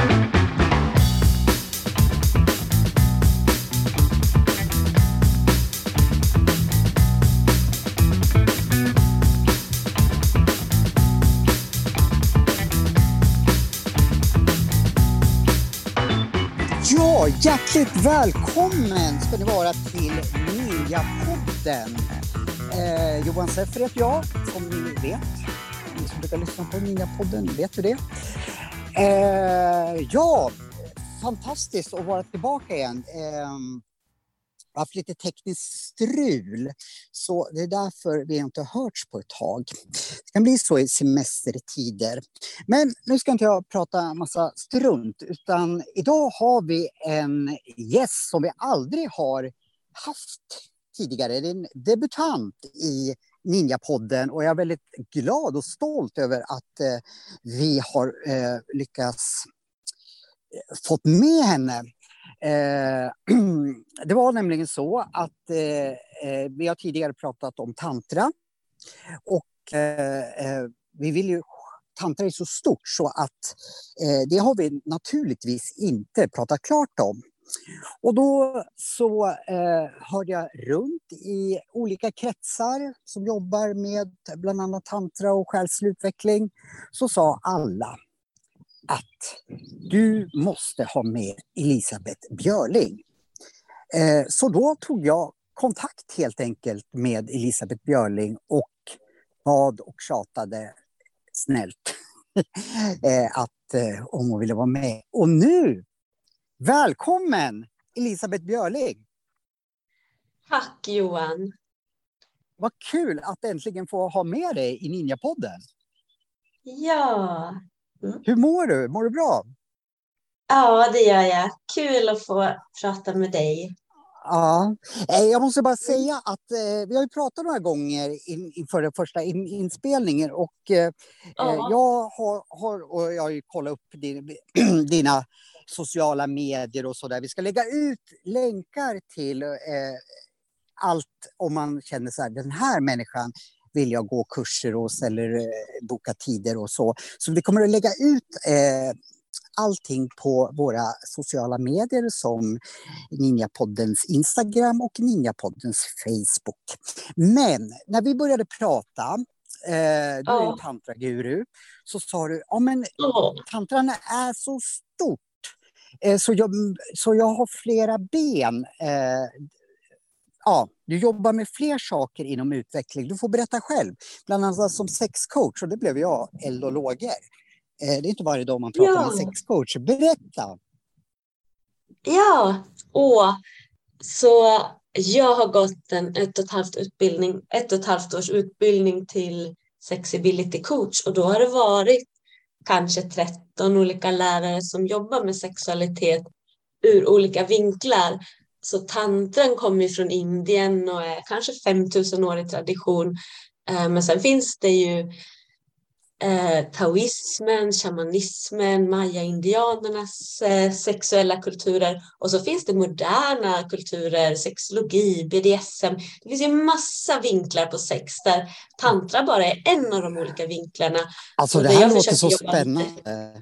Ja, hjärtligt välkommen ska ni vara till Ninjapodden. Johan Seffer heter jag, som ni vet. Ni som brukar lyssna på Ninjapodden, vet du det? Ja, fantastiskt att vara tillbaka igen. Jag har haft lite tekniskt strul, så det är därför vi inte har hörts på ett tag. Det kan bli så i semestertider. Men nu ska inte jag prata massa strunt, utan idag har vi en gäst som vi aldrig har haft tidigare. Det är en debutant i Ninjapodden och jag är väldigt glad och stolt över att vi har lyckats fått med henne. Det var nämligen så att vi har tidigare pratat om tantra och vi vill ju, tantra är så stort så att det har vi naturligtvis inte pratat klart om. Och då så hörde jag runt i olika kretsar som jobbar med bland annat tantra och själslig utveckling, så sa alla att du måste ha med Elisabeth Björling. Så då tog jag kontakt helt enkelt med Elisabeth Björling och bad och tjatade snällt att om hon ville vara med. Och nu, välkommen Elisabeth Björling! Tack Johan! Vad kul att äntligen få ha med dig i Ninjapodden. Ja. Hur mår du? Mår du bra? Ja, det gör jag. Kul att få prata med dig. Ja, jag måste bara säga att vi har ju pratat några gånger inför den första inspelningen och jag har ju kollat upp dina sociala medier och sådär. Vi ska lägga ut länkar till allt om man känner så här, den här människan vill jag gå kurser hos eller boka tider och så. Så vi kommer att lägga ut allting på våra sociala medier som Ninjapoddens Instagram och Ninjapoddens Facebook. Men när vi började prata, du är en tantraguru, så sa du, ja men tantran är så stort så jag har flera ben. Ja, du jobbar med fler saker inom utveckling. Du får berätta själv. Bland annat som sexcoach, och det blev jag, eld och lågor. Det är inte varje dag man pratar med sexcoach. Berätta! Ja, så jag har gått en 1,5 års utbildning till sexability coach. Och då har det varit kanske 13 olika lärare som jobbar med sexualitet ur olika vinklar. Så tantran kommer från Indien och är kanske 5000 år i tradition. Men sen finns det ju taoismen, shamanismen, maya-indianernas sexuella kulturer. Och så finns det moderna kulturer, sexologi, BDSM. Det finns ju massa vinklar på sex där tantra bara är en av de olika vinklarna. Alltså det här låter så spännande.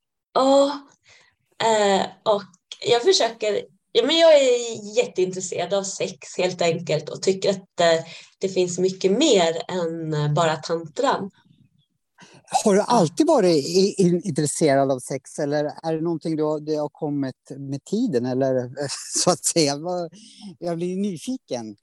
Och jag försöker... Ja, men jag är jätteintresserad av sex helt enkelt och tycker att det finns mycket mer än bara tantran. Har du alltid varit intresserad av sex eller är det någonting det har kommit med tiden eller så att säga? Jag blir nyfiken.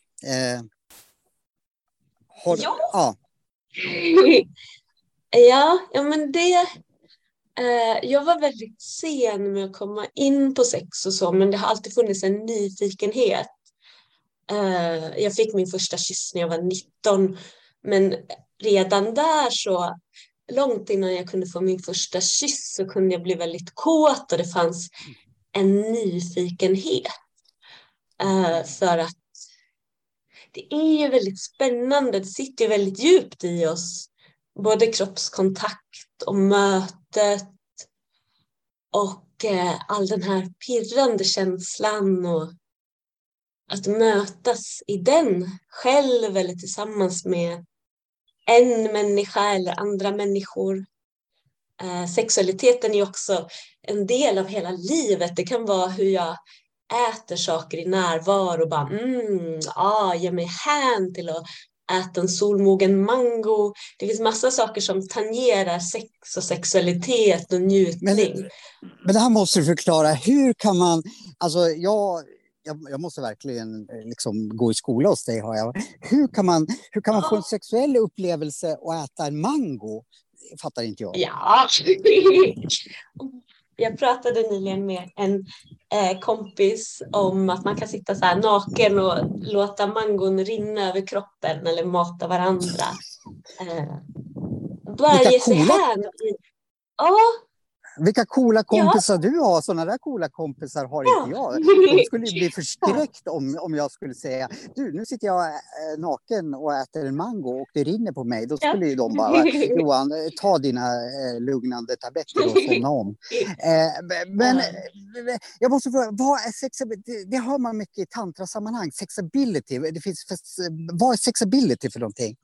Ja, men det... Jag var väldigt sen med att komma in på sex och så, men det har alltid funnits en nyfikenhet. Jag fick min första kyss när jag var 19, men redan där så långt innan jag kunde få min första kyss så kunde jag bli väldigt kåt och det fanns en nyfikenhet. För att det är ju väldigt spännande, det sitter ju väldigt djupt i oss. Både kroppskontakt och mötet och all den här pirrande känslan och att mötas i den själv eller tillsammans med en människa eller andra människor. Sexualiteten är också en del av hela livet. Det kan vara hur jag äter saker i närvaro och bara ger mig hän till att äta en solmogen mango. Det finns massa saker som tangerar sex och sexualitet och njutning. Men det här måste du förklara. Hur kan man, alltså jag måste verkligen liksom gå i skola hos dig. Hur kan man få en sexuell upplevelse och äta en mango? Fattar inte jag. Ja. Jag pratade nyligen med en kompis om att man kan sitta så här naken och låta mangon rinna över kroppen eller mata varandra. Bara ge sig hän. Ja. Vilka coola kompisar du har. Sådana där coola kompisar har inte jag. De skulle bli förskräckt om jag skulle säga, du, nu sitter jag naken och äter en mango och det rinner på mig. Då skulle ju de bara, Johan, ta dina lugnande tabletter och somna om. Men jag måste fråga, vad är sexability? Det hör man mycket i tantrasammanhang. Sexability. Vad är sexability för någonting?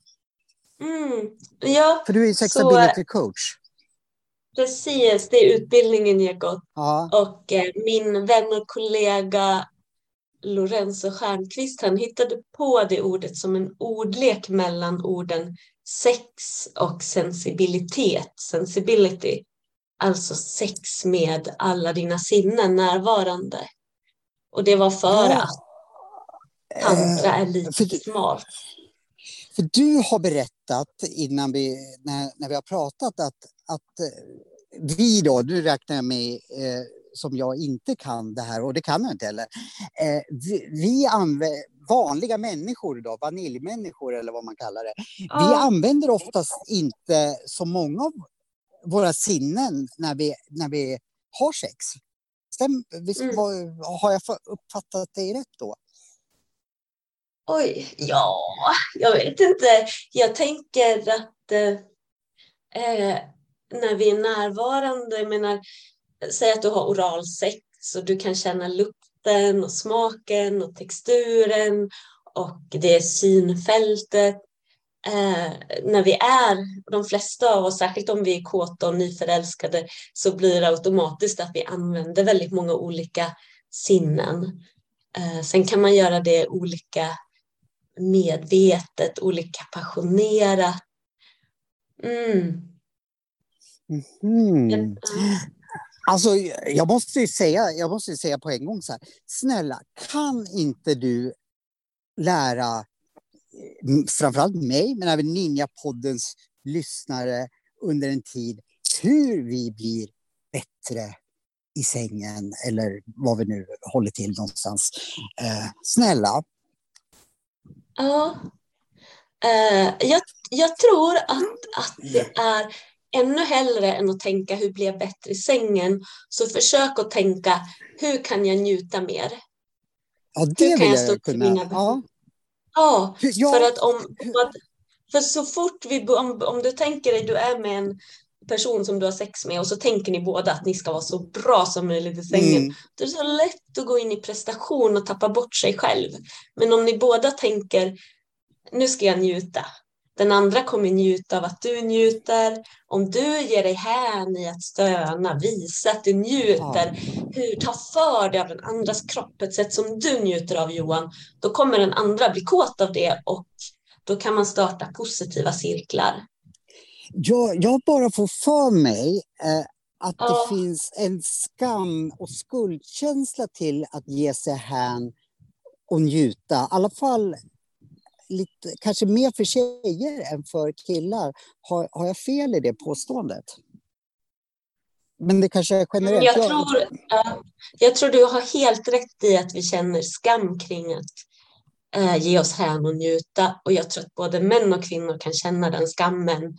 Ja, för du är ju sexability coach. Precis, det är utbildningen jag gått. Ja. Och min vän och kollega Lorenzo Stjernqvist, han hittade på det ordet som en ordlek mellan orden sex och sensibilitet. Sensibility, alltså sex med alla dina sinnen närvarande. Och det var för att tantra är lite smalt. För du har berättat innan när vi har pratat att vi då, nu räknar jag med som jag inte kan det här och det kan jag inte heller. Vi vanliga människor då, vaniljmänniskor eller vad man kallar det. Vi använder oftast inte så många av våra sinnen när vi har sex. Har jag uppfattat dig rätt då? Oj, ja, jag vet inte. Jag tänker att när vi är närvarande, jag menar, säg att du har oralsex och du kan känna lukten och smaken och texturen och det är synfältet. När vi är, de flesta av oss, särskilt om vi är kåta och nyförälskade, så blir det automatiskt att vi använder väldigt många olika sinnen. Sen kan man göra det olika medvetet, olika passionerat. Alltså jag måste ju säga på en gång så här, snälla, kan inte du lära framförallt mig men även Ninjapoddens lyssnare under en tid hur vi blir bättre i sängen eller vad vi nu håller till någonstans. Snälla. Ja. Jag tror att det är ännu hellre än att tänka hur blir jag bättre i sängen, så försök att tänka hur kan jag njuta mer? Ja, det vill jag kunna. Ja, för att för så fort om du tänker dig, du är med en person som du har sex med och så tänker ni båda att ni ska vara så bra som möjligt i sängen. Det är så lätt att gå in i prestation och tappa bort sig själv. Men om ni båda tänker, nu ska jag njuta. Den andra kommer njuta av att du njuter. Om du ger dig hän i att stöna, visa att du njuter. Ta för dig av den andras kropp på ett sätt som du njuter av, Johan. Då kommer den andra bli kåt av det och då kan man starta positiva cirklar. Jag bara får för mig att det finns en skam och skuldkänsla till att ge sig hän och njuta. I alla fall lite, kanske mer för tjejer än för killar. Har jag fel i det påståendet? Men det kanske är generellt. Jag tror du har helt rätt i att vi känner skam kring att ge oss hän och njuta. Och jag tror att både män och kvinnor kan känna den skammen.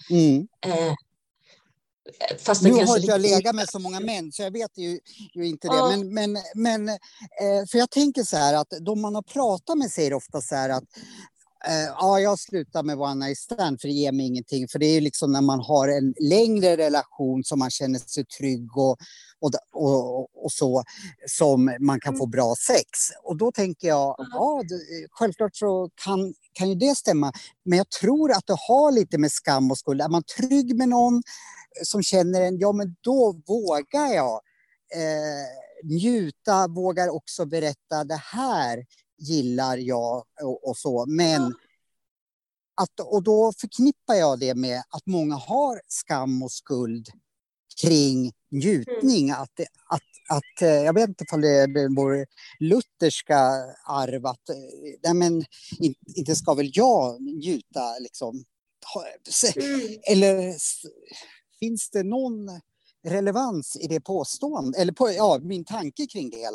Fast nu har jag legat med så många män så jag vet ju inte det. Men för jag tänker så här att de man har pratat med säger ofta så här att Ja, jag slutar med one night stand för det ger mig ingenting. För det är ju liksom när man har en längre relation som man känner sig trygg och så som man kan få bra sex. Och då tänker jag, ja, självklart så kan ju det stämma. Men jag tror att det har lite med skam och skuld. Är man trygg med någon som känner en, ja men då vågar jag njuta, vågar också berätta det här gillar jag och så. Men och då förknippar jag det med att många har skam och skuld kring njutning. Att jag vet inte om det är vår lutherska arv att nej men, inte ska väl jag njuta liksom. Eller finns det någon relevans i det påståendet? Eller min tanke kring det hela?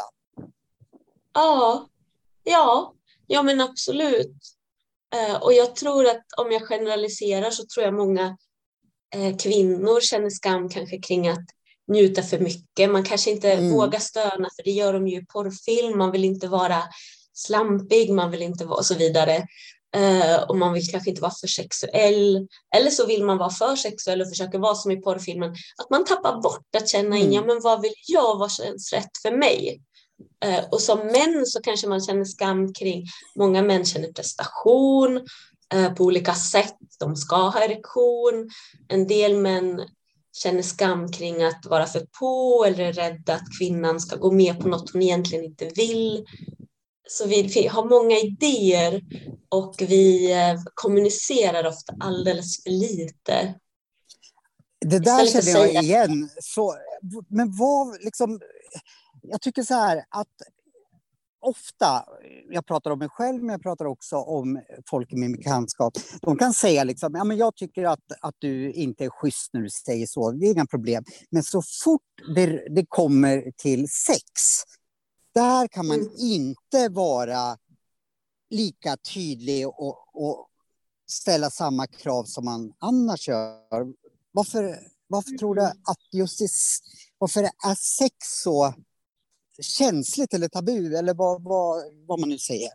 Ja men absolut. Och jag tror att om jag generaliserar så tror jag många kvinnor känner skam kanske kring att njuta för mycket. Man kanske inte vågar stöna för det gör de ju i porrfilm. Man vill inte vara slampig, man vill inte vara och så vidare. Och man vill kanske inte vara för sexuell. Eller så vill man vara för sexuell och försöka vara som i porrfilmen. Att man tappar bort att känna in, ja men vad vill jag, vad känns rätt för mig? Och som män så kanske man känner skam kring, många män känner prestation på olika sätt, de ska ha erektion, en del män känner skam kring att vara för på eller är rädda att kvinnan ska gå med på något hon egentligen inte vill. Så vi har många idéer och vi kommunicerar ofta alldeles för lite. Det där känner jag igen. Så, men vad liksom, jag tycker så här att ofta, jag pratar om mig själv men jag pratar också om folk i min bekantskap. De kan säga liksom, ja men jag tycker att du inte är schysst när du säger så, det är inga problem. Men så fort det kommer till sex, där kan man inte vara lika tydlig och ställa samma krav som man annars gör. Varför tror du att varför är sex så känsligt eller tabu eller vad man nu säger?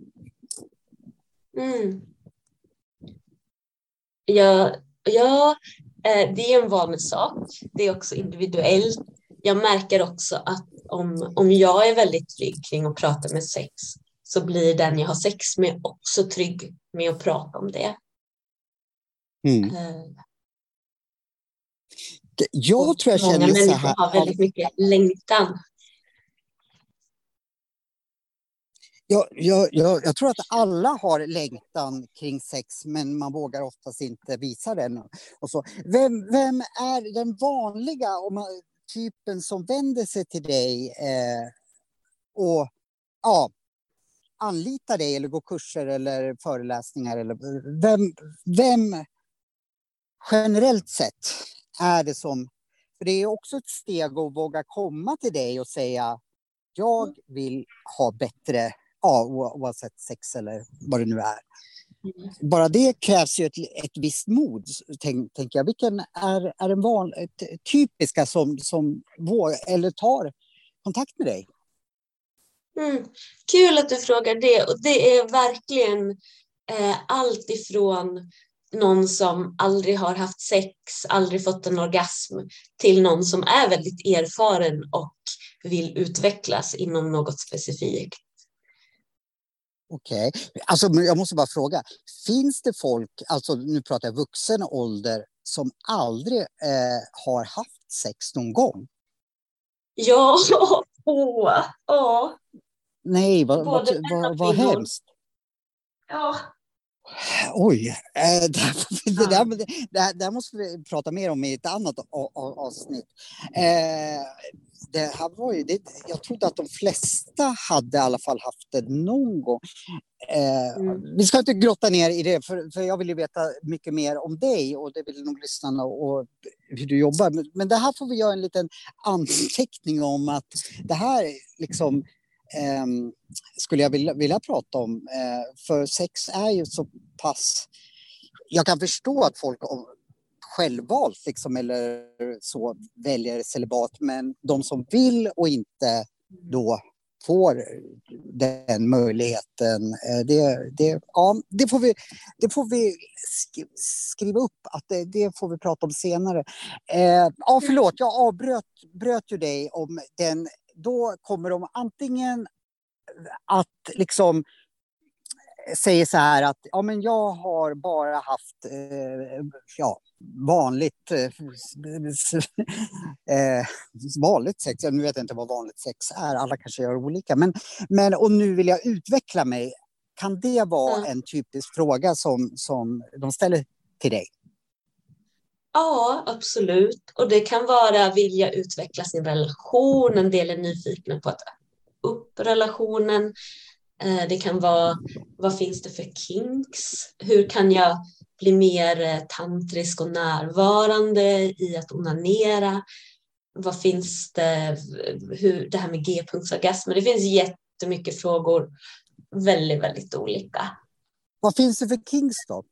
Ja, det är en vanlig sak. Det är också individuellt. Jag märker också att om jag är väldigt trygg kring att prata med sex så blir den jag har sex med också trygg med att prata om det. Jag tror jag känner många så här. Människor har väldigt mycket längtan. Jag tror att alla har längtan kring sex men man vågar oftast inte visa den. Och så. Vem är den vanliga typen som vänder sig till dig och anlitar dig eller går kurser eller föreläsningar? Eller vem generellt sett är det som... För det är också ett steg att våga komma till dig och säga jag vill ha bättre... oavsett sex eller vad det nu är. Bara det krävs ju ett visst mod, tänker jag. Vilken är en typiska som vågar eller tar kontakt med dig? Kul att du frågar det. Och det är verkligen allt ifrån någon som aldrig har haft sex, aldrig fått en orgasm, till någon som är väldigt erfaren och vill utvecklas inom något specifikt. Okej. Alltså jag måste bara fråga. Finns det folk, alltså nu pratar jag vuxen ålder, som aldrig har haft sex någon gång? Ja. Nej, vad hemskt. Ja. Oj, det där måste vi prata mer om i ett annat avsnitt. Det här var ju jag trodde att de flesta hade i alla fall haft det någon gång. Vi ska inte grotta ner i det för jag vill ju veta mycket mer om dig och det vill nog lyssnarna och hur du jobbar. Men det här får vi göra en liten anteckning om att det här liksom skulle jag vilja prata om. För sex är ju så pass... Jag kan förstå att folk självvalt liksom, eller så väljer celibat, men de som vill och inte då får den möjligheten. Det får vi skriva upp, att det får vi prata om senare. Förlåt, jag avbröt ju dig om den. Då kommer de antingen att liksom säger så här att men jag har bara haft vanligt sex. Nu vet jag inte vad vanligt sex är. Alla kanske gör olika. Men och nu vill jag utveckla mig. Kan det vara en typisk fråga som de ställer till dig? Ja, absolut. Och det kan vara vilja utveckla sin relation. En del är nyfikna på att upp relationen. Det kan vara, vad finns det för kinks? Hur kan jag bli mer tantrisk och närvarande i att onanera? Vad finns det, det här med G-punktsorgasmer? Det finns jättemycket frågor, väldigt, väldigt olika. Vad finns det för kinks då?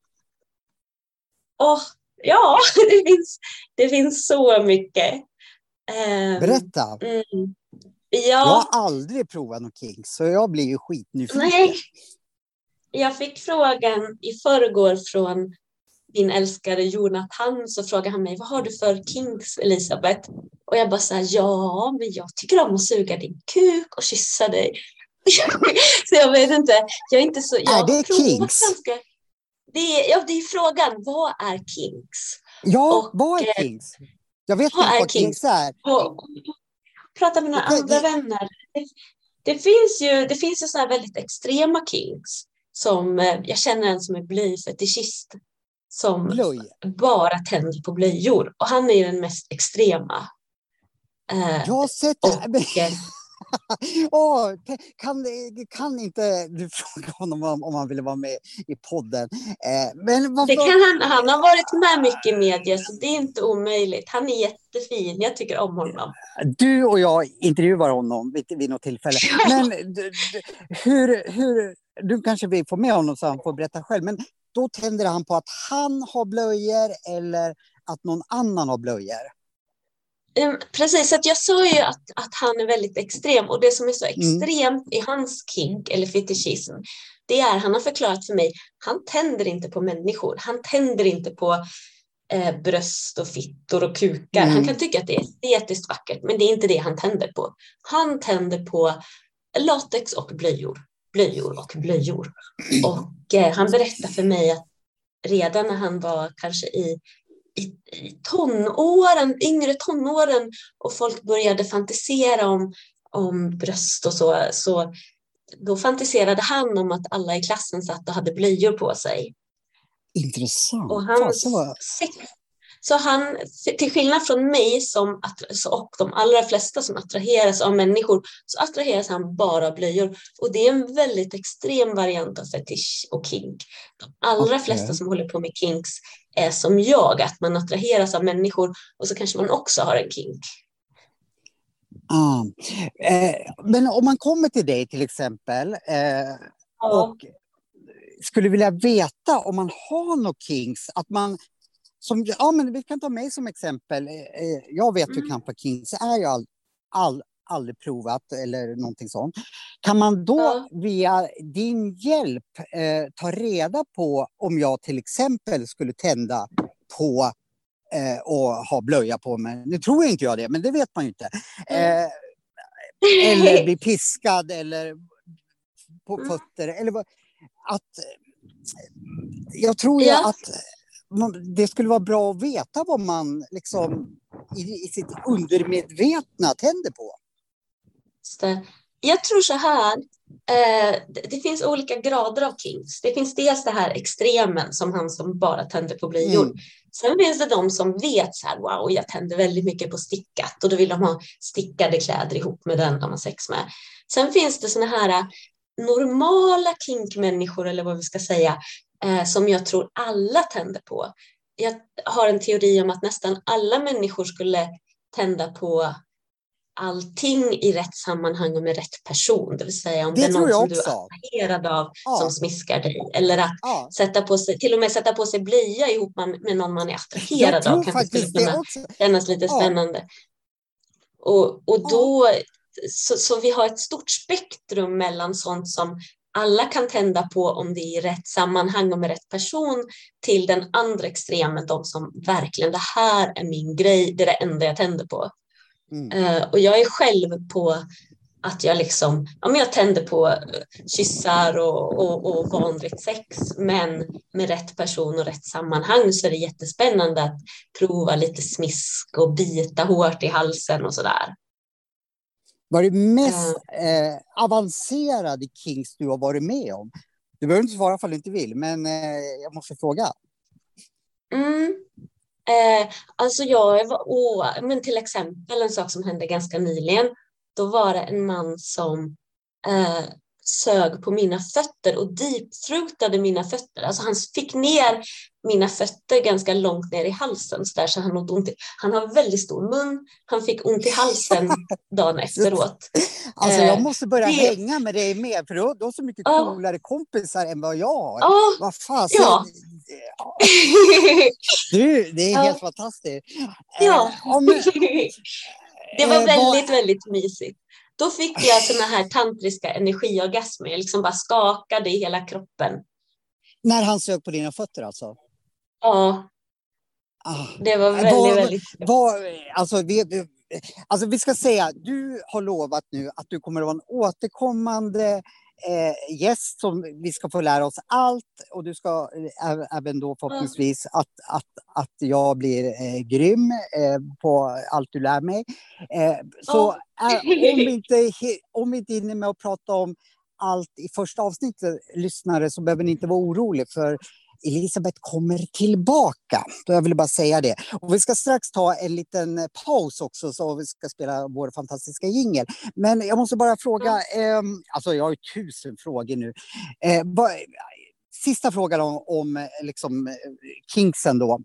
Ja, det finns så mycket. Berätta. Ja. Jag har aldrig provat någon kinks, så jag blir ju skitnyfiken. Nej, jag fick frågan i förrgår från min älskare Jonathan, så frågade han mig, vad har du för kinks, Elisabeth? Och jag bara sa, men jag tycker om att suga din kuk och kyssa dig. Så jag vet inte, jag är inte så... Är det kinks? Det är frågan, vad är kinks? Ja, vad är kinks? Jag vet inte vad kinks är. Prata med några andra vänner. Det finns ju så här väldigt extrema kinks. Som jag känner en som är blöjfetischist. Som bara tänder på blöjor. Och han är ju den mest extrema. Jag har sett kan inte du fråga honom om han ville vara med i podden? Det kan han har varit med mycket i media, så det är inte omöjligt. Han är jättefin, jag tycker om honom. Du och jag intervjuar honom vid något tillfälle. Men hur du kanske vill få med honom så han får berätta själv. Men då tänder han på att han har blöjor eller att någon annan har blöjor? Precis, att jag sa ju att han är väldigt extrem, och det som är så extremt i hans kink eller fetischism, det är, han har förklarat för mig, han tänder inte på människor, han tänder inte på bröst och fittor och kukar. Han kan tycka att det är estetiskt vackert, men det är inte det han tänder på. Han tänder på latex och blöjor och blöjor. Och han berättade för mig att redan när han var kanske i yngre tonåren, och folk började fantisera om bröst och så då fantiserade han om att alla i klassen satt och hade blöjor på sig. Intressant. Och så han, till skillnad från mig och de allra flesta som attraheras av människor, så attraheras han bara av blöjor. Och det är en väldigt extrem variant av fetisch och kink. De allra flesta som håller på med kinks är som jag, att man attraheras av människor och så kanske man också har en kink. Men om man kommer till dig till exempel och skulle vilja veta om man har något kinks, att man men vi kan ta mig som exempel. Jag vet ju knappt vad kinks är, jag aldrig provat eller någonting sånt. Kan man då via din hjälp ta reda på om jag till exempel skulle tända på och ha blöja på mig? Nu tror inte jag det, men det vet man ju inte. Eller bli piskad eller på fötter. Eller jag tror ju att det skulle vara bra att veta vad man liksom i sitt undermedvetna tänder på. Jag tror så här, det finns olika grader av kinks. Det finns dels det här extremen som han som bara tänder på blöjor. Sen finns det de som vet så här, wow, jag tänder väldigt mycket på stickat, och då vill de ha stickade kläder ihop med den de har sex med. Sen finns det såna här normala kinkmänniskor, eller vad vi ska säga, som jag tror alla tänder på. Jag har en teori om att nästan alla människor skulle tända på allting i rätt sammanhang och med rätt person. Det vill säga om det är någon som du är attraherad av som smiskar dig. Eller att sätta på sig, till och med sätta på sig blöja ihop med någon man är attraherad av. Kanske skulle kunna kännas lite spännande. Och då så vi har ett stort spektrum mellan sånt som alla kan tända på om det är i rätt sammanhang och med rätt person, till den andra extremen, de som verkligen, det här är min grej, det är det enda jag tänder på. Och jag är själv på att jag liksom, jag tänder på kyssar och vanligt sex, men med rätt person och rätt sammanhang så är det jättespännande att prova lite smisk och bita hårt i halsen och sådär. Vad är det mest avancerade kinks du har varit med om? Du behöver inte svara ifall du inte vill, men jag måste fråga. Alltså men till exempel en sak som hände ganska nyligen. Då var det en man som sög på mina fötter och deep-throatade mina fötter. Alltså han fick ner mina fötter ganska långt ner i halsen så där, så han åt ont. Han har väldigt stor mun. Han fick ont i halsen dagen efteråt. Alltså jag måste börja hänga med dig med, för du har så mycket coolare kompisar än vad jag har. Vad fan? Ja. Det är helt fantastiskt. Det var väldigt, väldigt mysigt. Då fick jag såna här tantriska energiorgasmer. Jag liksom bara skakade i hela kroppen. När han sög på dina fötter alltså? Ja. Det var väldigt... Alltså vi ska säga, du har lovat nu att du kommer att vara en återkommande gäst som vi ska få lära oss allt, och du ska även då förhoppningsvis att jag blir grym på allt du lär mig. Så om vi inte hinner med att prata om allt i första avsnittet, lyssnare, så behöver ni inte vara oroliga, för Elisabeth kommer tillbaka. Då jag vill bara säga det. Och vi ska strax ta en liten paus också, så vi ska spela vår fantastiska jingle. Men jag måste bara fråga, alltså jag har ju 1000 frågor nu. Sista frågan om liksom kinksen då.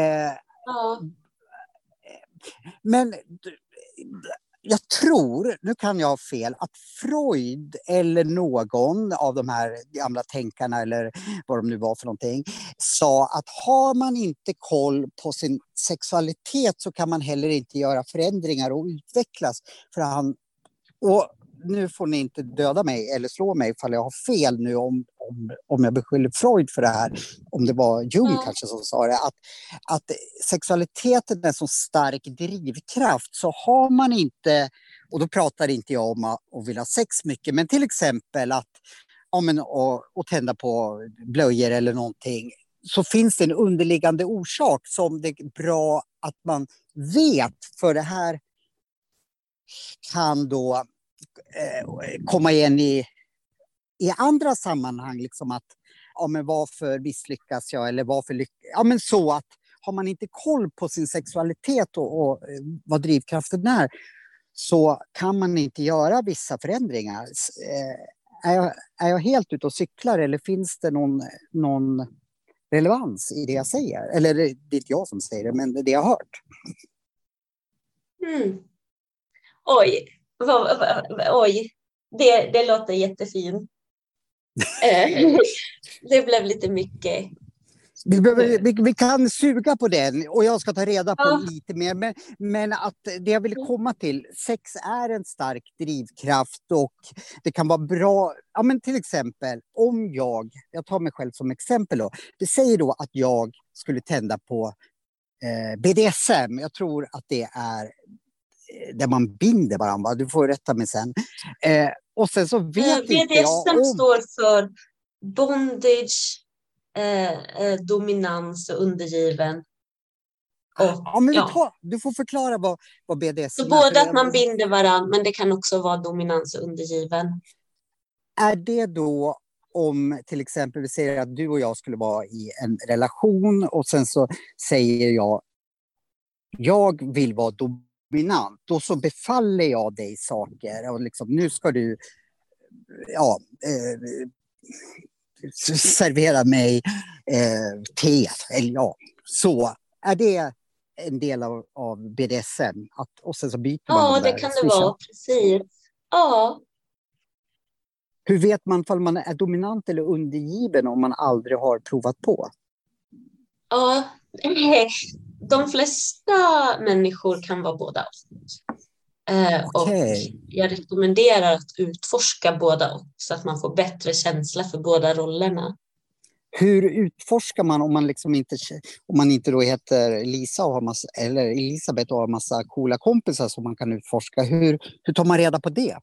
Men jag tror, nu kan jag ha fel, att Freud eller någon av de här gamla tänkarna, eller vad de nu var för någonting, sa att har man inte koll på sin sexualitet så kan man heller inte göra förändringar och utvecklas. Och nu får ni inte döda mig eller slå mig ifall jag har fel nu om jag beskyller Freud för det här. Om det var Jung kanske som sa det. Att sexualiteten är en så stark drivkraft, så har man inte, och då pratar inte jag om att vilja ha sex mycket, men till exempel att och tända på blöjor eller någonting, så finns det en underliggande orsak som det är bra att man vet, för det här kan då komma igen i andra sammanhang, liksom att men varför misslyckas jag, eller varför men så att har man inte koll på sin sexualitet och vad drivkraften är, så kan man inte göra vissa förändringar. Är jag helt ute och cyklar, eller finns det någon relevans i det jag säger? Eller det är inte jag som säger det, men det jag har hört. Oj, det låter jättefint. Det blev lite mycket. Vi kan suga på den, och jag ska ta reda på lite mer. Men att det jag vill komma till, sex är en stark drivkraft, och det kan vara bra. Ja, men till exempel om jag tar mig själv som exempel då. Det säger då att jag skulle tända på BDSM. Jag tror att det är där man binder varandra. Du får rätta mig sen. Och sen så vet inte jag BDSM står för bondage, dominans och undergiven. Och, men du får förklara vad BDSM så är. Både att man binder varandra, men det kan också vara dominans och undergiven. Är det då, om till exempel vi säger att du och jag skulle vara i en relation, och sen så säger jag vill vara dominant, då så befaller jag dig saker, och liksom, nu ska du servera mig te, eller så. Är det en del av BDSM? Och sen så byter man det kan det vara, precis. Ja. Hur vet man om man är dominant eller undergiven om man aldrig har provat på? Ja, de flesta människor kan vara båda. Och Okej. jag rekommenderar att utforska båda så att man får bättre känsla för båda rollerna. Hur utforskar man om man liksom inte, om man inte då heter Lisa och har massa, eller Elisabeth och har massa coola kompisar som man kan utforska? Hur tar man reda på det?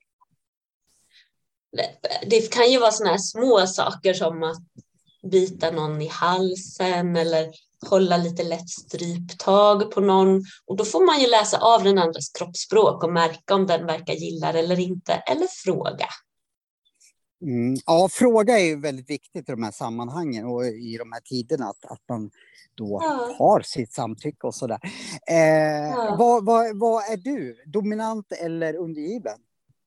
Det kan ju vara såna här små saker som att bita någon i halsen eller hålla lite lätt stryptag på någon. Och då får man ju läsa av den andras kroppsspråk och märka om den verkar gilla det eller inte. Eller fråga. Ja, fråga är ju väldigt viktigt i de här sammanhangen och i de här tiderna att man då har sitt samtycke och sådär. Vad är du? Dominant eller undergiven?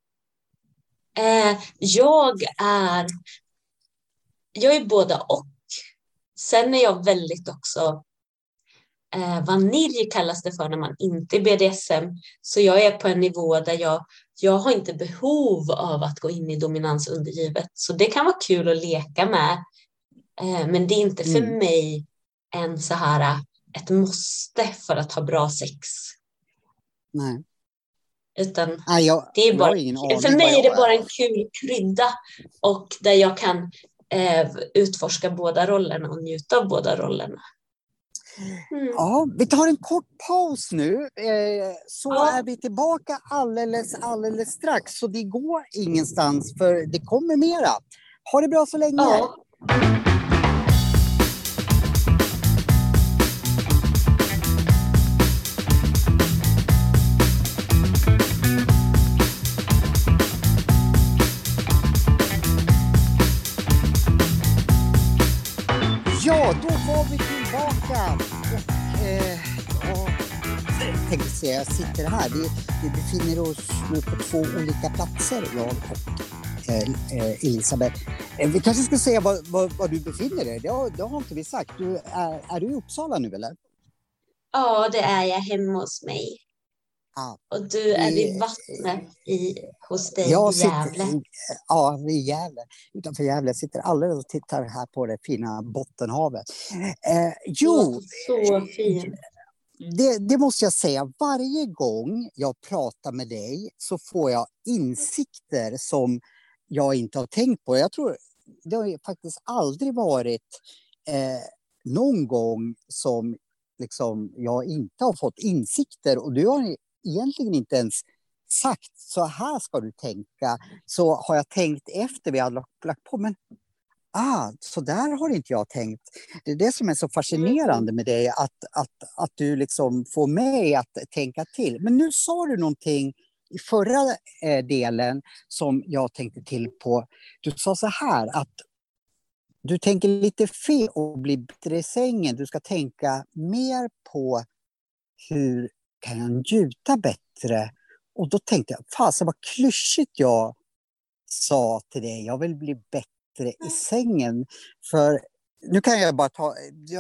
Jag är båda och. Sen är jag väldigt också vanilj kallas det för när man inte är BDSM. Så jag är på en nivå där jag har inte behov av att gå in i dominans undergivet. Så det kan vara kul att leka med. Men det är inte för mig en så här ett måste för att ha bra sex. Nej. Utan det är bara, för mig är det bara en kul krydda och där jag kan utforska båda rollerna och njuta av båda rollerna. Ja, vi tar en kort paus nu så är vi tillbaka alldeles strax, så det går ingenstans för det kommer mera. Ha det bra så länge. Ja. Ja, då var vi tillbaka. Jag tänkte säga, jag sitter här. Vi befinner oss nu på 2 olika platser, jag och Elisabeth. Vi kanske ska säga var du befinner dig. Det har inte vi sagt. Är du i Uppsala nu eller? Ja, det är jag hemma hos mig. Och du är i vattnet hos dig i Gävle. Ja, i Gävle. Utanför Gävle. Jag sitter alldeles och tittar här på det fina Bottenhavet. Så fint. Det måste jag säga. Varje gång jag pratar med dig så får jag insikter som jag inte har tänkt på. Jag tror det har faktiskt aldrig varit någon gång som liksom jag inte har fått insikter, och du har egentligen inte ens sagt så här ska du tänka, så har jag tänkt efter vi har lagt på, men så där har inte jag tänkt. Det är det som är så fascinerande med dig, att du liksom får mig att tänka till. Men nu sa du någonting i förra delen som jag tänkte till på. Du sa så här att du tänker lite fel och blir bättre i sängen. Du ska tänka mer på hur kan jag njuta bättre. Och då tänkte jag, fasen vad klyschigt jag sa till dig. Jag vill bli bättre i sängen. För nu kan jag bara ta,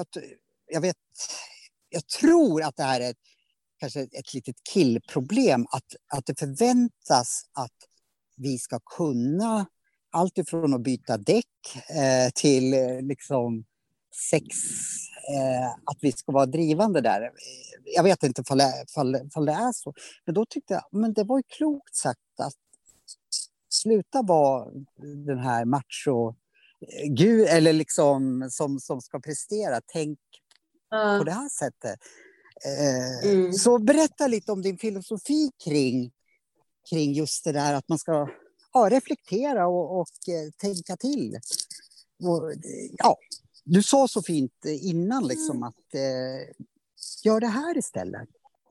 jag tror att det här är kanske ett litet killproblem. Att det förväntas att vi ska kunna allt ifrån att byta däck till liksom sex, att vi ska vara drivande där. Jag vet inte ifall det är så. Men då tyckte jag, men det var ju klokt sagt att sluta vara den här macho gud, eller liksom som ska prestera. Tänk på det här sättet. Så berätta lite om din filosofi kring just det där att man ska reflektera och tänka till. Och, du sa så fint innan liksom att gör det här istället.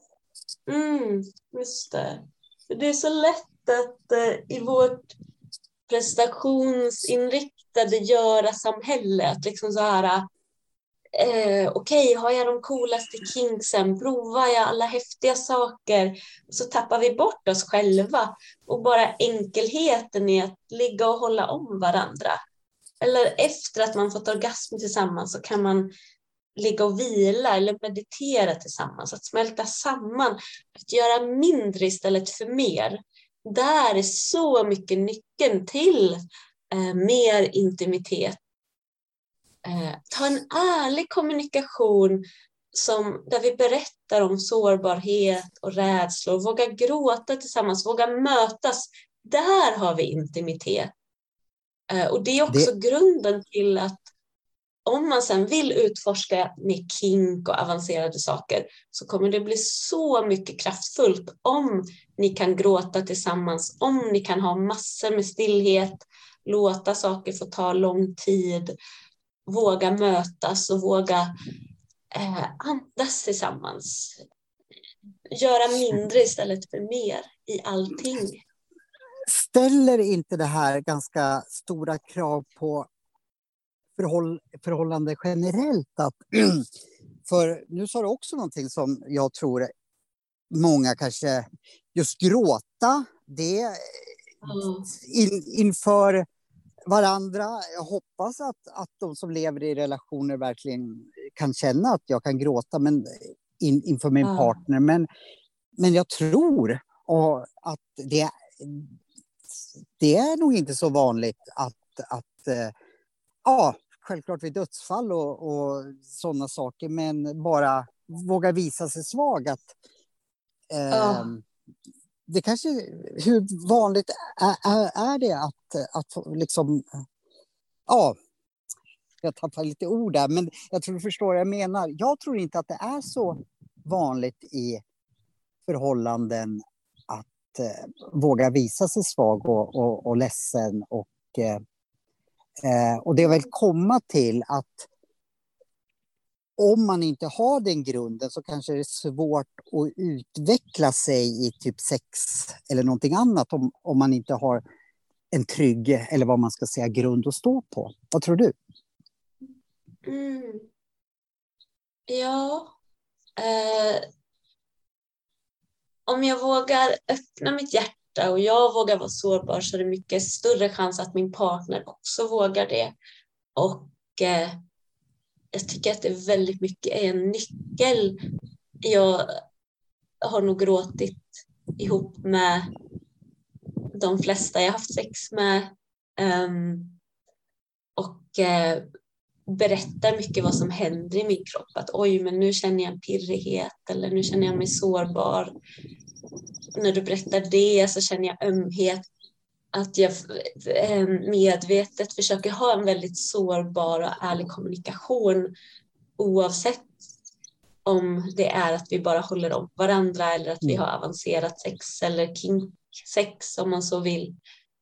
Just det. För det är så lätt att i vårt prestationsinriktade göra-samhälle att liksom så här okej, har jag de coolaste kinksen, provar jag alla häftiga saker, så tappar vi bort oss själva och bara enkelheten i att ligga och hålla om varandra. Eller efter att man fått orgasm tillsammans så kan man ligga och vila eller meditera tillsammans, att smälta samman, att göra mindre istället för mer. Där är så mycket nyckeln till mer intimitet. Ta en ärlig kommunikation där vi berättar om sårbarhet och rädslor, våga gråta tillsammans, våga mötas. Där har vi intimitet. Och det är också grunden till att om man sen vill utforska med kink och avancerade saker så kommer det bli så mycket kraftfullt om ni kan gråta tillsammans, om ni kan ha massor med stillhet, låta saker få ta lång tid, våga mötas och våga andas tillsammans. Göra mindre istället för mer i allting. Ställer inte det här ganska stora krav på förhållande generellt? För nu sa du också någonting som jag tror många kanske just gråta det inför varandra. Jag hoppas att de som lever i relationer verkligen kan känna att jag kan gråta inför min partner. Men jag tror att det är nog inte så vanligt att självklart vid dödsfall och sådana saker, men bara våga visa sig svag. Det kanske, hur vanligt är det att liksom, jag tappar lite ord där, men jag tror du förstår vad jag menar. Jag tror inte att det är så vanligt i förhållanden att våga visa sig svag och ledsen och det vill komma till att om man inte har den grunden så kanske det är svårt att utveckla sig i typ sex eller någonting annat om man inte har en trygg, eller vad man ska säga, grund att stå på. Vad tror du? Ja. Om jag vågar öppna mitt hjärta och jag vågar vara sårbar så är det mycket större chans att min partner också vågar det. Och jag tycker att det är väldigt mycket en nyckel. Jag har nog gråtit ihop med de flesta jag haft sex med. Och berättar mycket vad som händer i min kropp. Att oj, men nu känner jag en pirrighet eller nu känner jag mig sårbar. När du berättar det så känner jag ömhet. Att jag medvetet försöker ha en väldigt sårbar och ärlig kommunikation oavsett om det är att vi bara håller om varandra eller att vi har avancerat sex eller kink-sex om man så vill.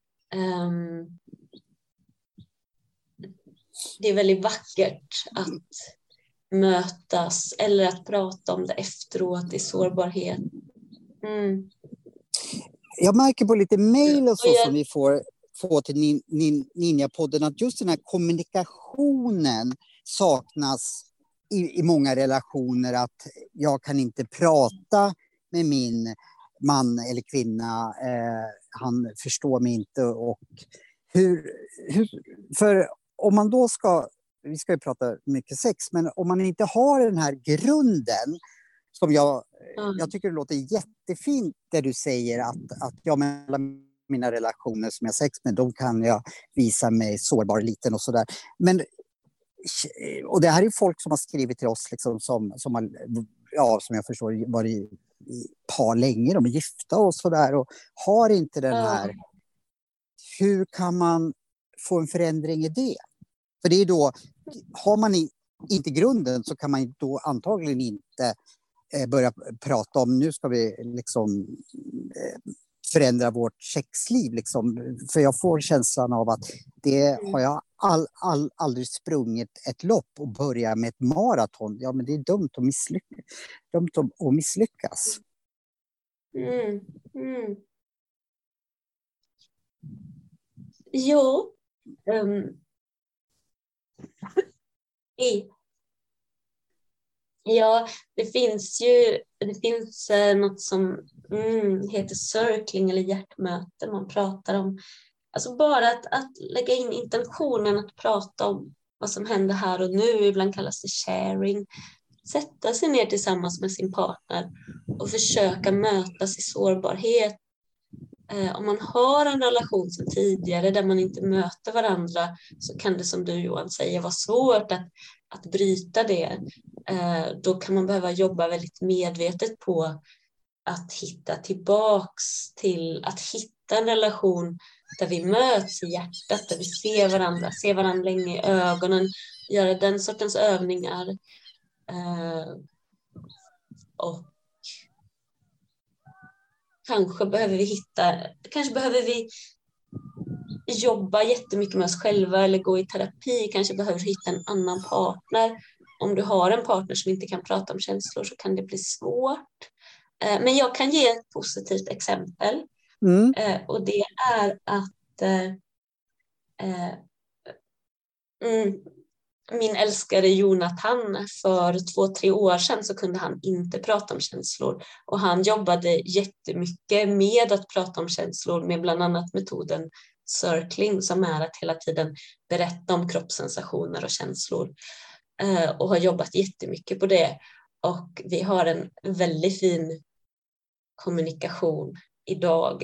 Det är väldigt vackert att mötas eller att prata om det efteråt i sårbarhet. Jag märker på lite mejl och så som vi får till Ninjapodden att just den här kommunikationen saknas i många relationer. Att jag kan inte prata med min man eller kvinna. Han förstår mig inte. Och för om man då vi ska ju prata mycket sex, men om man inte har den här grunden som jag tycker det låter jättefint det du säger att jag med alla mina relationer som jag har sex med, de kan jag visa mig sårbar liten och sådär. Men och det här är folk som har skrivit till oss liksom, som jag förstår varit i par länge, de är gifta och sådär och har inte den här. Hur kan man få en förändring i det? För det är då, har man inte grunden så kan man då antagligen inte börja prata om nu ska vi liksom förändra vårt sexliv liksom. För jag får känslan av att det har jag aldrig sprungit ett lopp och börja med ett maraton. Ja, men det är dumt att misslyckas. Jo. Ja, det finns något som heter circling eller hjärtmöte. Man pratar om, alltså bara att lägga in intentionen att prata om vad som händer här och nu. Ibland kallas det sharing. Sätta sig ner tillsammans med sin partner och försöka mötas i sårbarhet. Om man har en relation som tidigare där man inte möter varandra så kan det, som du Johan säger, vara svårt att att bryta det, då kan man behöva jobba väldigt medvetet på att hitta tillbaks till att hitta en relation där vi möts i hjärtat, där vi ser varandra länge i ögonen, göra den sortens övningar. Och kanske behöver vi jobba jättemycket med oss själva eller gå i terapi, kanske behöver hitta en annan partner. Om du har en partner som inte kan prata om känslor så kan det bli svårt. Men jag kan ge ett positivt exempel. Och det är att min älskade Jonathan, för 2-3 år sedan så kunde han inte prata om känslor. Och han jobbade jättemycket med att prata om känslor med bland annat metoden circling, som är att hela tiden berätta om kroppssensationer och känslor. Och har jobbat jättemycket på det. Och vi har en väldigt fin kommunikation idag.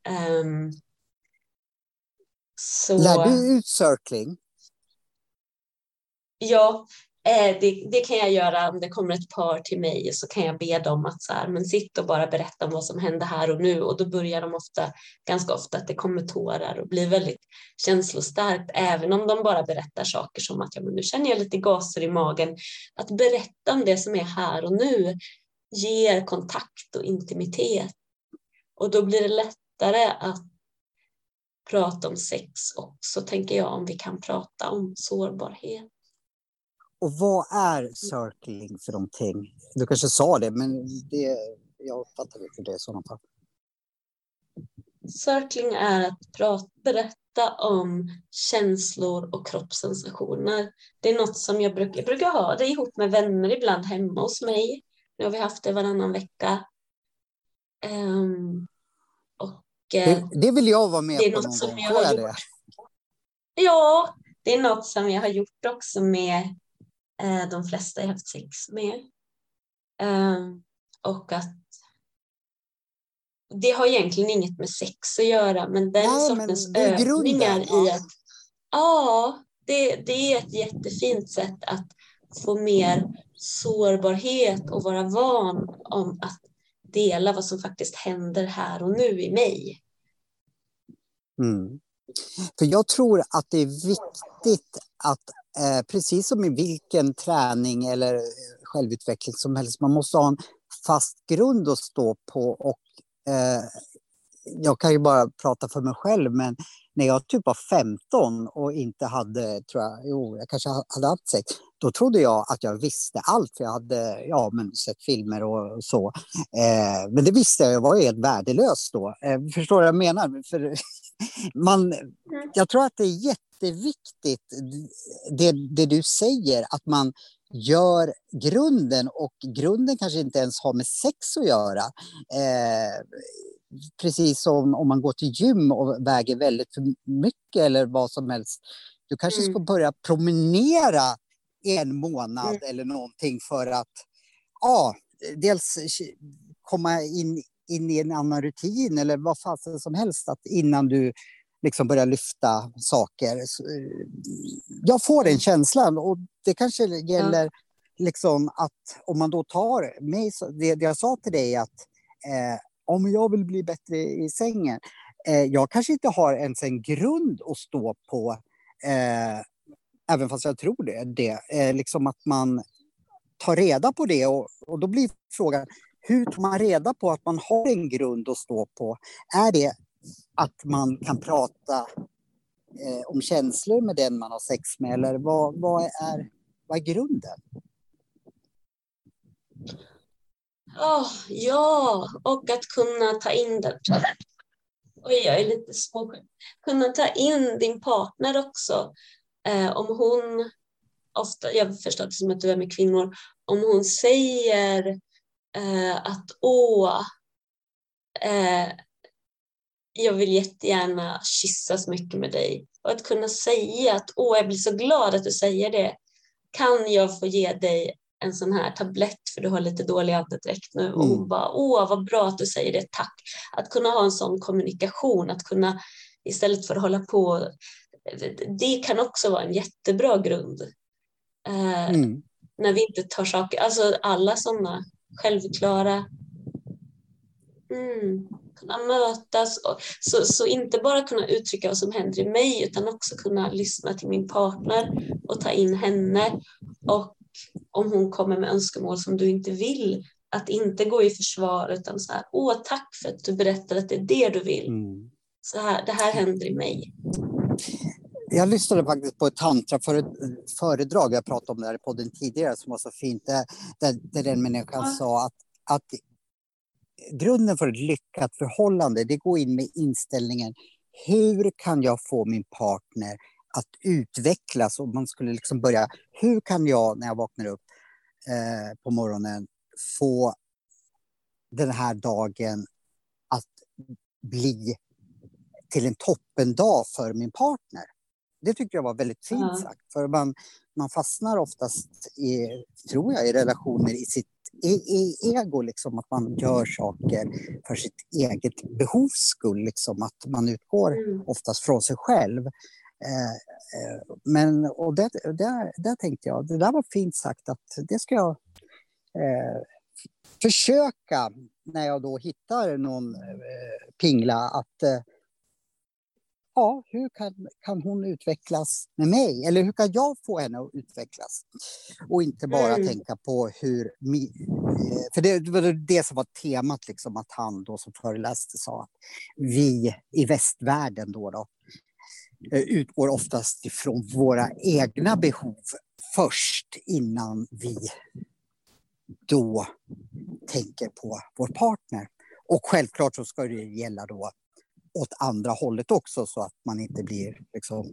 Lär du ut circling? Ja, det kan jag göra om det kommer ett par till mig, så kan jag be dem att men sitt och bara berätta om vad som händer här och nu, och då börjar de ganska ofta att det kommer tårar och blir väldigt känslostarkt, även om de bara berättar saker som att nu känner jag lite gaser i magen. Att berätta om det som är här och nu ger kontakt och intimitet, och då blir det lättare att prata om sex också, tänker jag, om vi kan prata om sårbarhet. Och vad är circling för någonting? Du kanske sa det, men jag fattar inte det i sådana fall. Circling är att berätta om känslor och kroppssensationer. Det är något som jag brukar ha det ihop med vänner ibland hemma hos mig. Nu har vi haft det varannan vecka. Det vill jag vara med på någon gång. Får jag det? Ja, det är något som jag har gjort också med de flesta jag haft sex med. Och att det har egentligen inget med sex att göra, men den sortens övningar i att det är ett jättefint sätt att få mer sårbarhet och vara van om att dela vad som faktiskt händer här och nu i mig. För jag tror att det är viktigt att precis som i vilken träning eller självutveckling som helst, man måste ha en fast grund att stå på. Och jag kan ju bara prata för mig själv, men när jag typ var 15 och inte hade, jag kanske hade haft sex, då trodde jag att jag visste allt, för jag hade sett filmer och så. Men det visste jag var helt värdelöst då. Förstår du vad jag menar? För jag tror att det är jätteviktigt det du säger, att man gör grunden, och grunden kanske inte ens har med sex att göra. Precis som om man går till gym och väger väldigt för mycket eller vad som helst. Du kanske ska börja promenera 1 månad eller någonting för att dels komma in i en annan rutin eller vad fasen som helst, att innan du liksom börjar lyfta saker. Jag får den känslan, och det kanske gäller liksom att om man då tar mig, det jag sa till dig, att om jag vill bli bättre i sängen, jag kanske inte har ens en grund att stå på, även fast jag tror det. Liksom att man tar reda på det, och då blir frågan, hur tar man reda på att man har en grund att stå på? Är det att man kan prata om känslor med den man har sex med, eller vad är grunden? Ja, och att kunna ta in den. Oj, jag är lite småsjuk. Kunna ta in din partner också. Om hon ofta, jag förstår det som att du är med kvinnor, om hon säger att jag vill jättegärna kyssas mycket med dig, och att kunna säga att jag blir så glad att du säger det, kan jag få ge dig en sån här tablett för du har lite dålig andedräkt nu? Och hon bara, vad bra att du säger det, tack. Att kunna ha en sån kommunikation, att kunna, istället för att hålla på, det kan också vara en jättebra grund. När vi inte tar saker, alltså alla sådana självklara kunna mötas så inte bara kunna uttrycka vad som händer i mig utan också kunna lyssna till min partner och ta in henne, och om hon kommer med önskemål som du inte vill, att inte gå i försvar utan så här, tack för att du berättar att det är det du vill. Så här, det här händer i mig. Jag lyssnade faktiskt på ett tantra-föredrag, jag pratade om det här i podden tidigare, som var så fint, där den människan sa att grunden för ett lyckat förhållande, det går in med inställningen, hur kan jag få min partner att utvecklas? Och man skulle liksom börja, hur kan jag när jag vaknar upp på morgonen få den här dagen att bli till en toppendag för min partner? Det tycker jag var väldigt fint sagt. För man fastnar oftast tror jag, i relationer i sitt ego. Liksom, att man gör saker för sitt eget behovs skull. Liksom, att man utgår oftast från sig själv. Men och där tänkte jag, det där var fint sagt. Att det ska jag försöka när jag då hittar någon pingla att hur kan hon utvecklas med mig? Eller hur kan jag få henne att utvecklas? Och inte bara tänka på hur... För det var det som var temat, liksom, att han då som föreläste sa att vi i västvärlden då utgår oftast ifrån våra egna behov först innan vi då tänker på vår partner. Och självklart så ska det gälla då åt andra hållet också, så att man inte blir liksom...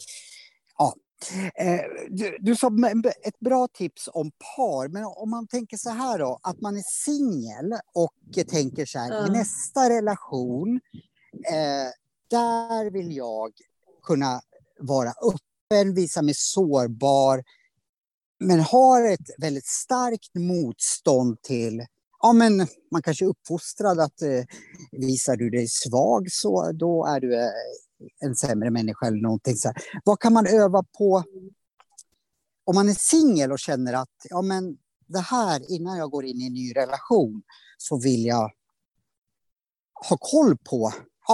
Du sa ett bra tips om par, men om man tänker så här då, att man är singel och tänker så här, i nästa relation där vill jag kunna vara öppen, visa mig sårbar, men har ett väldigt starkt motstånd till, men man kanske är uppfostrad att visar du dig svag så då är du en sämre människa eller någonting så här. Vad kan man öva på om man är singel och känner att det här, innan jag går in i en ny relation så vill jag ha koll på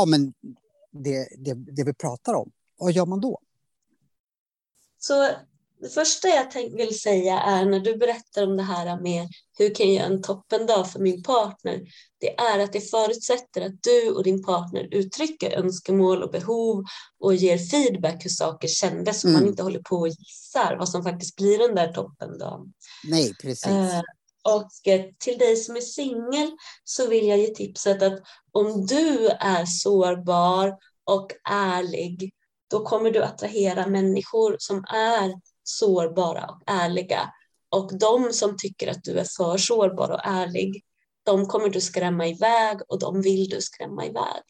det vi pratar om. Vad gör man då? Så det första jag vill säga är, när du berättar om det här med hur kan jag göra en toppendag för min partner, det är att det förutsätter att du och din partner uttrycker önskemål och behov och ger feedback hur saker kändes, så man inte håller på och gissar vad som faktiskt blir den där toppendagen. Nej, precis. Och till dig som är singel så vill jag ge tipset att om du är sårbar och ärlig, då kommer du attrahera människor som är sårbara och ärliga. Och de som tycker att du är för sårbar och ärlig, de kommer du skrämma iväg, och de vill du skrämma iväg.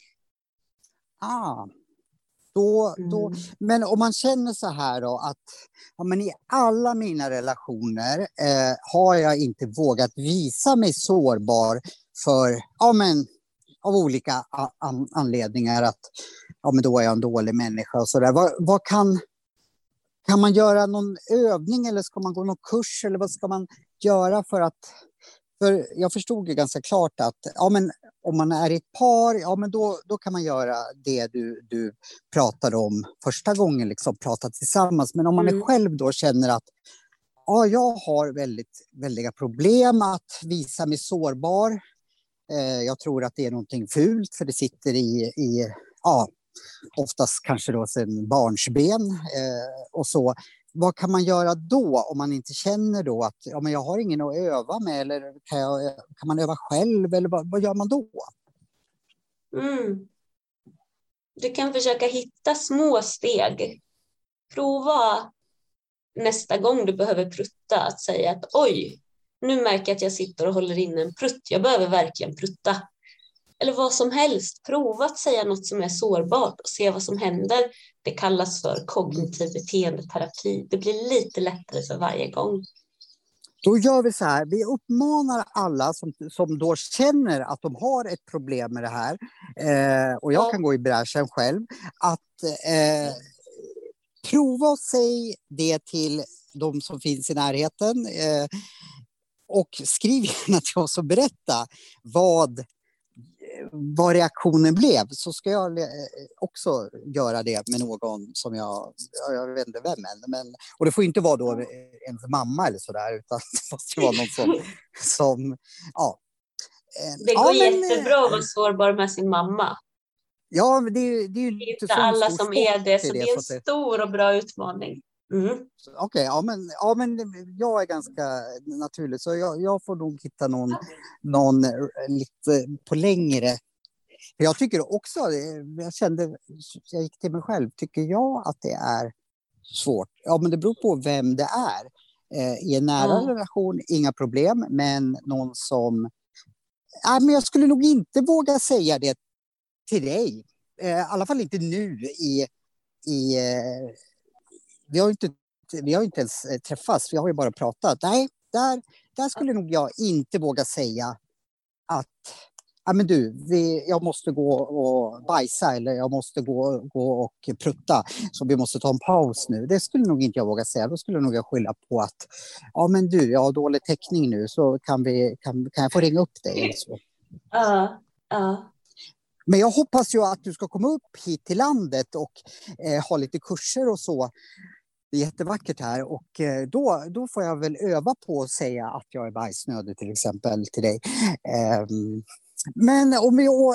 Men om man känner så här då, att i alla mina relationer har jag inte vågat visa mig sårbar för av olika anledningar, att då är jag en dålig människa och sådär. Vad kan man göra någon övning, eller ska man gå någon kurs, eller vad ska man göra för jag förstod ju ganska klart att om man är i ett par, då kan man göra det du pratade om första gången, liksom prata tillsammans. Men om man är själv då känner att jag har väldiga problem att visa mig sårbar. Jag tror att det är någonting fult, för det sitter i oftast kanske då sen barnsben och så. Vad kan man göra då om man inte känner då att jag har ingen att öva med, eller kan man öva själv, eller vad gör man då? Du kan försöka hitta små steg. Prova nästa gång du behöver prutta att säga att oj, nu märker jag att jag sitter och håller in en prutt. Jag behöver verkligen prutta. Eller vad som helst. Prova att säga något som är sårbart och se vad som händer. Det kallas för kognitiv beteendeterapi. Det blir lite lättare för varje gång. Då gör vi så här. Vi uppmanar alla som då känner att de har ett problem med det här. Och jag kan gå i bräschen själv. Att prova att säga det till de som finns i närheten. Och skriv gärna till oss och berätta vad reaktionen blev, så ska jag också göra det med någon som jag vet inte vem än, men och det får inte vara då ens mamma eller sådär, utan det måste vara någon som ja. Det går jättebra att vara sårbar med sin mamma. Ja, men det är ju inte så alla stor som är det, så det det är en stor och bra utmaning. Okej, ja, men jag är ganska naturlig, så jag får nog hitta någon lite på längre. Jag tycker också, jag gick till mig själv, tycker jag att det är svårt? Ja, men det beror på vem det är. I en nära relation, inga problem, men någon som... men jag skulle nog inte våga säga det till dig. I alla fall inte nu vi har inte ens träffats, vi har ju bara pratat. Nej, där skulle nog jag inte våga säga att men jag måste gå och bajsa, eller jag måste gå och prutta, så vi måste ta en paus nu. Det skulle nog inte jag våga säga. Då skulle nog jag skylla på att jag har dålig täckning nu, så kan jag få ringa upp dig eller så. Men jag hoppas ju att du ska komma upp hit till landet och ha lite kurser och så. Det är jättevackert här, och då får jag väl öva på att säga att jag är bajsnödig till exempel till dig. Men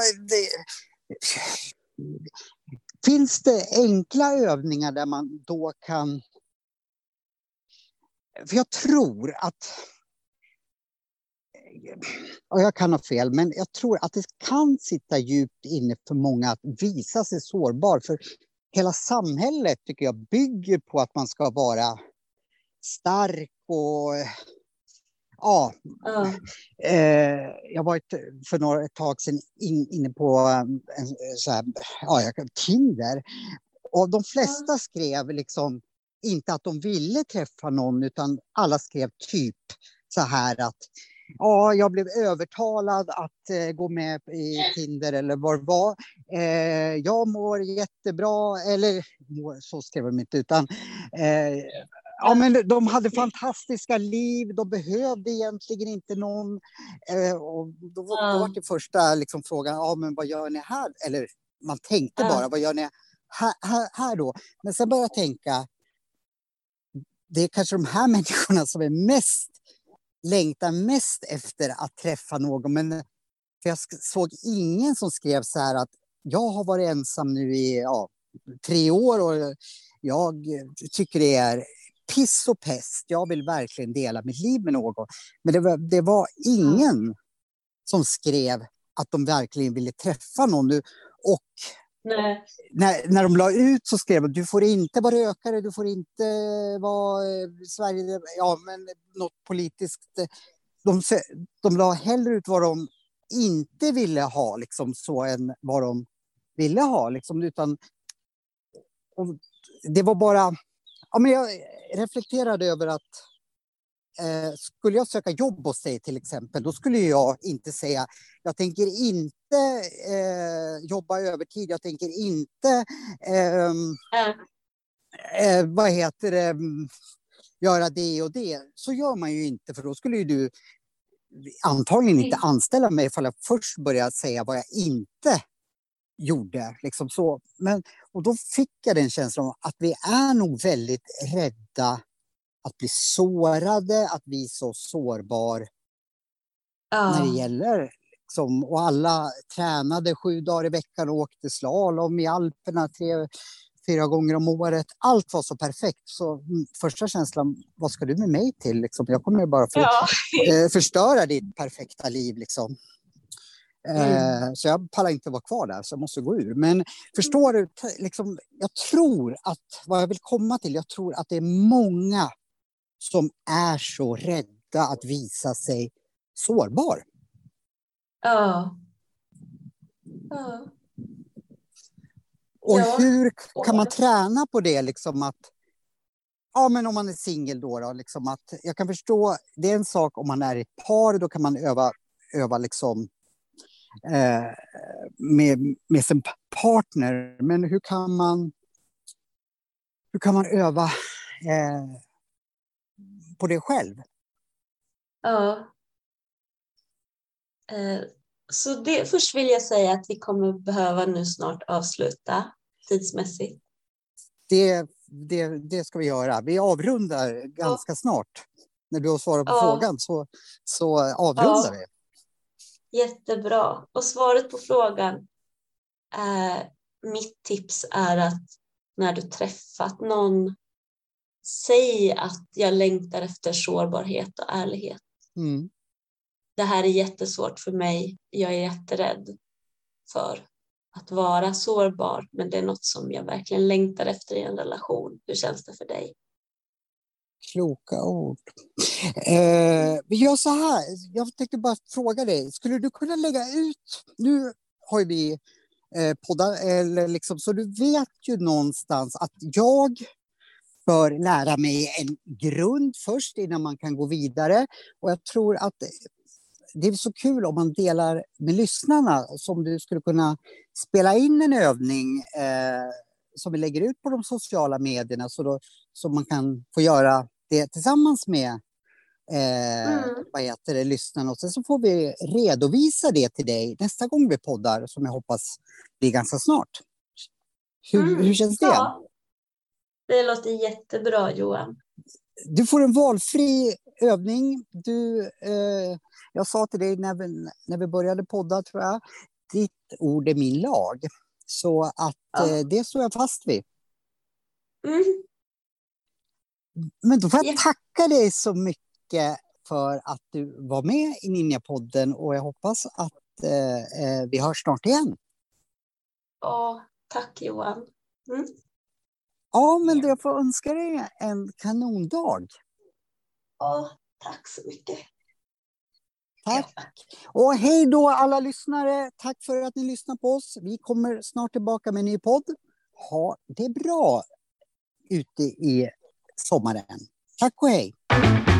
finns det enkla övningar där man då kan... För jag tror att... Och jag kan ha fel, men jag tror att det kan sitta djupt inne för många att visa sig sårbar. För hela samhället tycker jag bygger på att man ska vara stark och... jag var för ett tag sedan inne på Tinder. Och de flesta skrev liksom inte att de ville träffa någon, utan alla skrev typ så här att jag blev övertalad att gå med i Tinder eller vad det var. Jag mår jättebra, eller så skrev de inte, utan men de hade fantastiska liv, de behövde egentligen inte någon. Och då var det första liksom frågan, men vad gör ni här? Eller man tänkte bara, vad gör ni här då? Men sen började jag tänka, det är kanske de här människorna som är längtar mest efter att träffa någon. Men för jag såg ingen som skrev så här att jag har varit ensam nu i 3 år och jag tycker det är piss och pest. Jag vill verkligen dela mitt liv med någon. Men det var ingen som skrev att de verkligen ville träffa någon nu. Och när de la ut så skrev de, du får inte vara rökare, du får inte vara Sverige, men något politiskt. De la hellre ut vad de inte ville ha, liksom, så än vad de ville ha, liksom, utan det var bara... men jag reflekterade över att skulle jag söka jobb hos dig till exempel, då skulle jag inte säga, jag tänker inte jobba övertid, jag tänker inte göra det och det. Så gör man ju inte, för då skulle ju du antagligen inte anställa mig ifall jag först började säga vad jag inte gjorde. Liksom så. Och då fick jag den känslan att vi är nog väldigt rädda att bli sårade, att bli så sårbar när det gäller. Liksom, och alla tränade 7 dagar i veckan och åkte slalom i Alperna 3-4 gånger om året. Allt var så perfekt. Så första känslan, vad ska du med mig till? Liksom, jag kommer bara förstöra ditt perfekta liv. Liksom. Så jag pallar inte vara kvar där, så jag måste gå ur. Men förstår du, liksom, jag tror att, vad jag vill komma till, jag tror att det är många som är så rädda att visa sig sårbar. Och hur kan man träna på det, liksom, att men om man är singel då liksom, att jag kan förstå, det är en sak om man är ett par, då kan man öva liksom med sin partner, men hur kan man öva på det själv. Ja. Så först vill jag säga att vi kommer behöva nu snart avsluta tidsmässigt. Det ska vi göra. Vi avrundar ganska snart. När du har svarat på frågan så avrundar vi. Jättebra. Och svaret på frågan mitt tips är att när du träffat någon, säg att jag längtar efter sårbarhet och ärlighet. Mm. Det här är jättesvårt för mig. Jag är jätterädd för att vara sårbar, men det är något som jag verkligen längtar efter i en relation. Hur känns det för dig? Kloka ord. Vi gör så här. Jag tänkte bara fråga dig. Skulle du kunna lägga ut... Nu har vi poddar, eller liksom, så du vet ju någonstans att jag bör lära mig en grund först innan man kan gå vidare. Och jag tror att det är så kul om man delar med lyssnarna, som du skulle kunna spela in en övning som vi lägger ut på de sociala medierna, så man kan få göra det tillsammans med lyssnarna. Och sen så får vi redovisa det till dig nästa gång vi poddar, som jag hoppas blir ganska snart. Hur känns det? Ja, det låter jättebra, Johan. Du får en valfri övning. Jag sa till dig när vi började podda, tror jag, ditt ord är min lag. Så att det står jag fast vid. Mm. Men då får jag tacka dig så mycket för att du var med i Ninja-podden, och jag hoppas att vi hörs snart igen. Ja, tack Johan. Mm. Ja, men jag får önska dig en kanondag. Ja, tack så mycket. Tack. Och hej då alla lyssnare. Tack för att ni lyssnar på oss. Vi kommer snart tillbaka med en ny podd. Ha det bra ute i sommaren. Tack och hej.